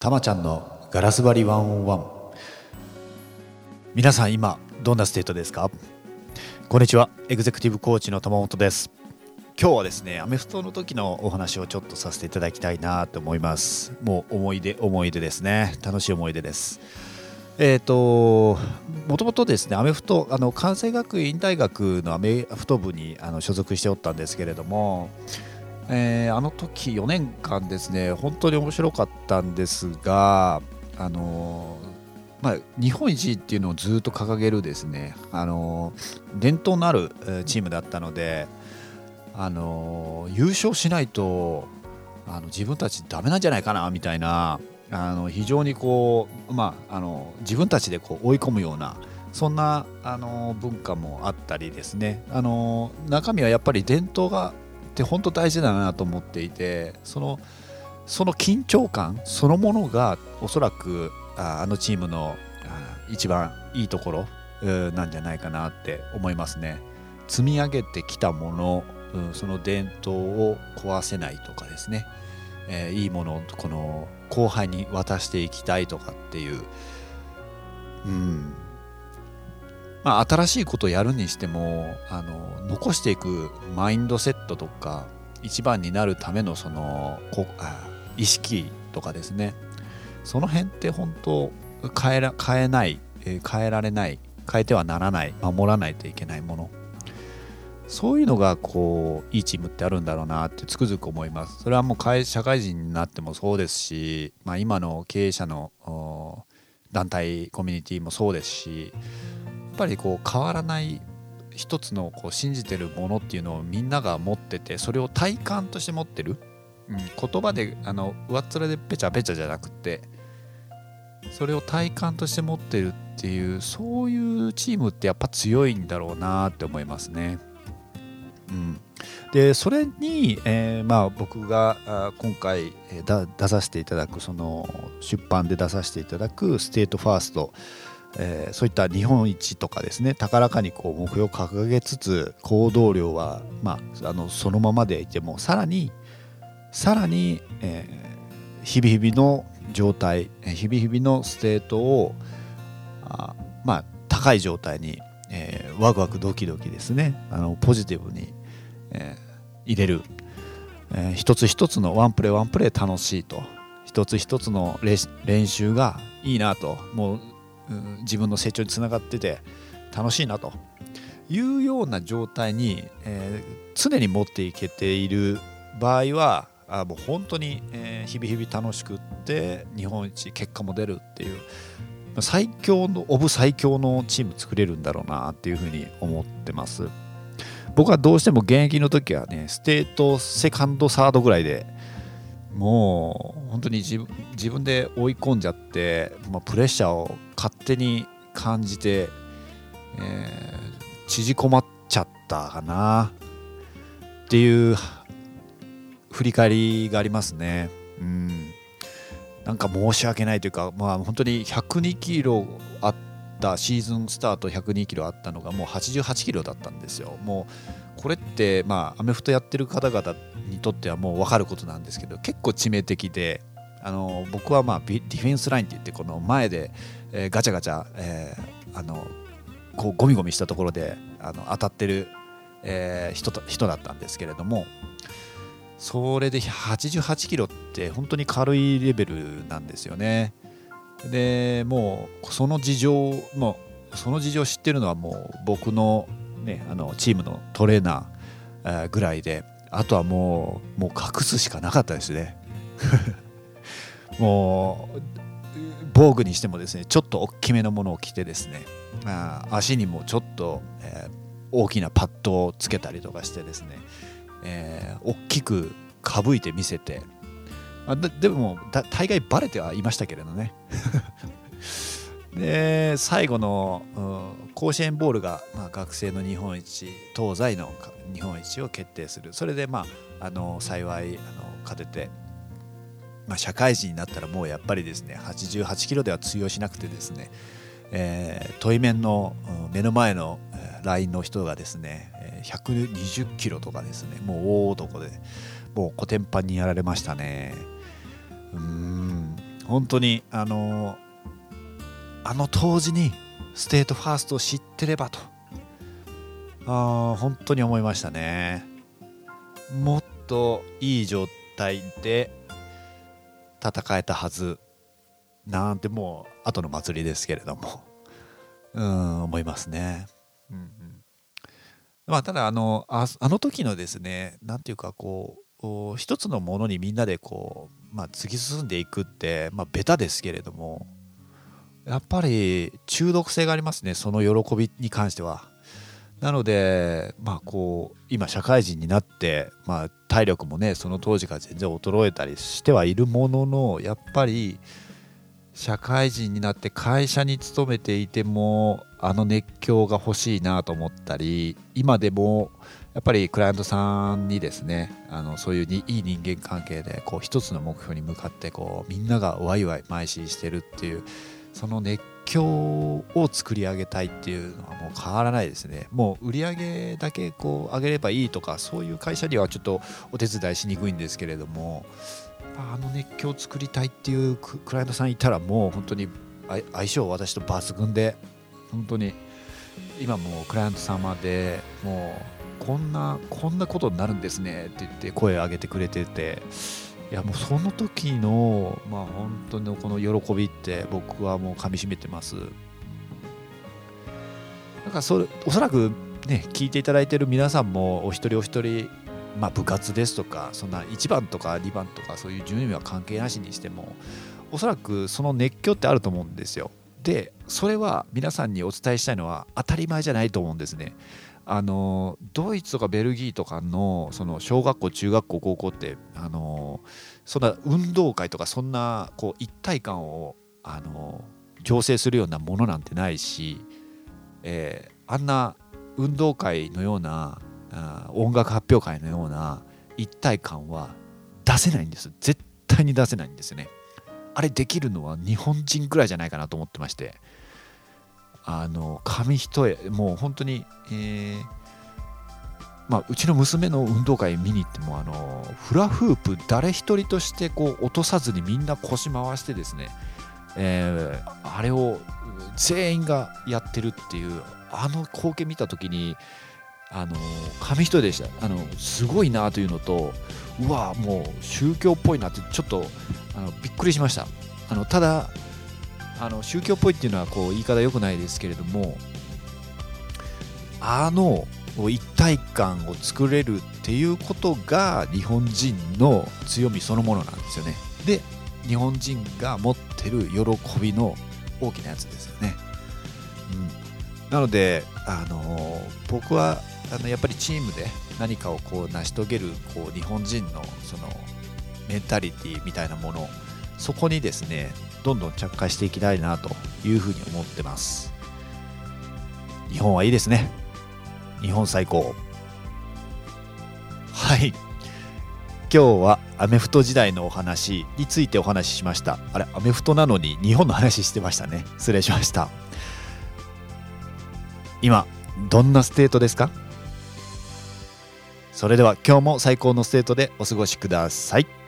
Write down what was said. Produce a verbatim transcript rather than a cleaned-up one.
たまちゃんのガラス張りワンオンワン。皆さん今どんなステートですか？こんにちは、エグゼクティブコーチの玉本です。今日はですね、アメフトの時のお話をちょっとさせていただきたいなと思います。もう思い出思い出ですね。楽しい思い出です。えっともともとですね、アメフトあの関西学院大学のアメフト部にあの所属しておったんですけれども、えー、あの時よねんかんですね、本当に面白かったんですが、あのまあ、日本一っていうのをずっと掲げるですね、あの伝統のあるチームだったので、あの優勝しないとあの自分たちダメなんじゃないかなみたいな、あの非常にこう、まあ、あの自分たちでこう追い込むような、そんなあの文化もあったりですね、あの中身はやっぱり伝統がって本当大事だなと思っていて、そのその緊張感そのものがおそらくあのチームの一番いいところなんじゃないかなって思いますね。積み上げてきたもの、その伝統を壊せないとかですね、えー、いいものをこの後輩に渡していきたいとかっていう、うんまあ、新しいことをやるにしてもあの残していくマインドセットとか一番になるためのそのこあ意識とかですね、その辺って本当変えら、変えない、えー、変えられない、変えてはならない、守らないといけないもの、そういうのがこういいチームってあるんだろうなってつくづく思います。それはもう社会人になってもそうですし、まあ、今の経営者の団体コミュニティもそうですし、やっぱりこう変わらない一つのこう信じてるものっていうのをみんなが持ってて、それを体感として持ってる、うん、言葉であの上っ面でペチャペチャじゃなくて、それを体感として持ってるっていう、そういうチームってやっぱ強いんだろうなって思いますね。うん、でそれに、えーまあ、僕が今回だ出させていただく、その出版で出させていただくステートファースト、えー、そういった日本一とかですね、高らかにこう目標を掲げつつ行動量は、まあ、あのそのままでいてもさらにさらに、えー、日々日々の状態、日々日々のステートをあ、まあ、高い状態に、えー、ワクワクドキドキですね、あのポジティブに、えー、入れる、えー、一つ一つのワンプレーワンプレー楽しいと、一つ一つの練習がいいなと、もう自分の成長につながってて楽しいなというような状態に、えー、常に持っていけている場合は、あもう本当に、えー、日々日々楽しくって日本一結果も出るっていう最強のオブ最強のチーム作れるんだろうなっていうふうに思ってます。僕はどうしても現役の時はね、ステートセカンドサードぐらいでもう本当に自分、自分で追い込んじゃって、まあ、プレッシャーを勝手に感じて、えー、縮こまっちゃったかなっていう振り返りがありますね。うん、なんか申し訳ないというか、まあ、本当にひゃくにキロあったシーズンスタートひゃくにキロあったのがもうはちじゅうはちキロだったんですよ。もうこれって、まあ、アメフトやってる方々にとってはもう分かることなんですけど、結構致命的で、あの僕はまあディフェンスラインっていって、この前で、えー、ガチャガチャ、えー、あのこうゴミゴミしたところであの当たってる、えー、人と、人だったんですけれども、それではちじゅうはちキロって本当に軽いレベルなんですよね。でもうその事情もその事情を知ってるのはもう僕のね、あのチームのトレーナーぐらいで、あとはもうもう隠すしかなかったですね。もう防具にしてもですね、ちょっと大きめのものを着てですね、あ足にもちょっと、えー、大きなパッドをつけたりとかしてですね、えー、大きくかぶいて見せて、あ で, でも大概バレてはいましたけれどね。で最後の、うん、甲子園ボールが、まあ、学生の日本一、東西の日本一を決定する。それで、まあ、あの幸いあの勝てて、まあ、社会人になったらもうやっぱりですね、はちじゅうはちキロでは通用しなくてですね、えー、対面の、うん、目の前の、えー、ラインの人がですね、えー、ひゃくにじゅっキロとかですね、もう大男でもうコテンパンにやられましたね。うーん本当にあのあの当時にステートファーストを知ってればとあ本当に思いましたね。もっといい状態で戦えたはずなんて、もう後の祭りですけれどもうん思いますね。うんうん、まあただあの あ, あの時のですね、なんていうかこう一つのものにみんなでこう、まあ、突き進んでいくって、まあ、ベタですけれども、やっぱり中毒性がありますね、その喜びに関しては。なので、まあ、こう今社会人になって、まあ、体力もねその当時から全然衰えたりしてはいるものの、やっぱり社会人になって会社に勤めていてもあの熱狂が欲しいなと思ったり、今でもやっぱりクライアントさんにですね、あのそういうにいい人間関係でこう一つの目標に向かってこうみんながワイワイ邁進してるっていう、その熱狂を作り上げたいっていうのはもう変わらないですね。もう売り上げだけこう上げればいいとか、そういう会社にはちょっとお手伝いしにくいんですけれども、あの熱狂を作りたいっていうクライアントさんいたらもう本当に相性私と抜群で、本当に今もうクライアント様でもうこんなこんなことになるんですねって言って声を上げてくれてて、いやもうその時のまあ本当のこの喜びって僕はもう噛み締めてます。なんかそれおそらくね聞いていただいている皆さんもお一人お一人、まあ、部活ですとかそんないちばんとかにばんとかそういう順位は関係なしにしても、おそらくその熱狂ってあると思うんですよ。でそれは皆さんにお伝えしたいのは当たり前じゃないと思うんですね。あのドイツとかベルギーとかのその小学校中学校高校ってあのそんな運動会とかそんなこう一体感をあの醸成するようなものなんてないし、えー、あんな運動会のようなあ音楽発表会のような一体感は出せないんです。絶対に出せないんですよね。あれできるのは日本人くらいじゃないかなと思ってまして、あの紙一重もう本当に、えーまあ、うちの娘の運動会見に行ってもあのフラフープ誰一人としてこう落とさずにみんな腰回してですね、えー、あれを全員がやってるっていうあの光景見た時にあの紙一重でした。あのすごいなというのと、うわもう宗教っぽいなってちょっとあのびっくりしました。あのただあの宗教っぽいっていうのはこう言い方良くないですけれども、あの一体感を作れるっていうことが日本人の強みそのものなんですよね。で日本人が持ってる喜びの大きなやつですよね。うん、なのであの僕はあのやっぱりチームで何かをこう成し遂げるこう日本人のそのメンタリティみたいなもの、そこにですねどんどん着火していきたいなというふうに思ってます。日本はいいですね。日本最高。はい、今日はアメフト時代のお話についてお話ししました。あれアメフトなのに日本の話してましたね。失礼しました。今どんなステートですか？それでは今日も最高のステートでお過ごしください。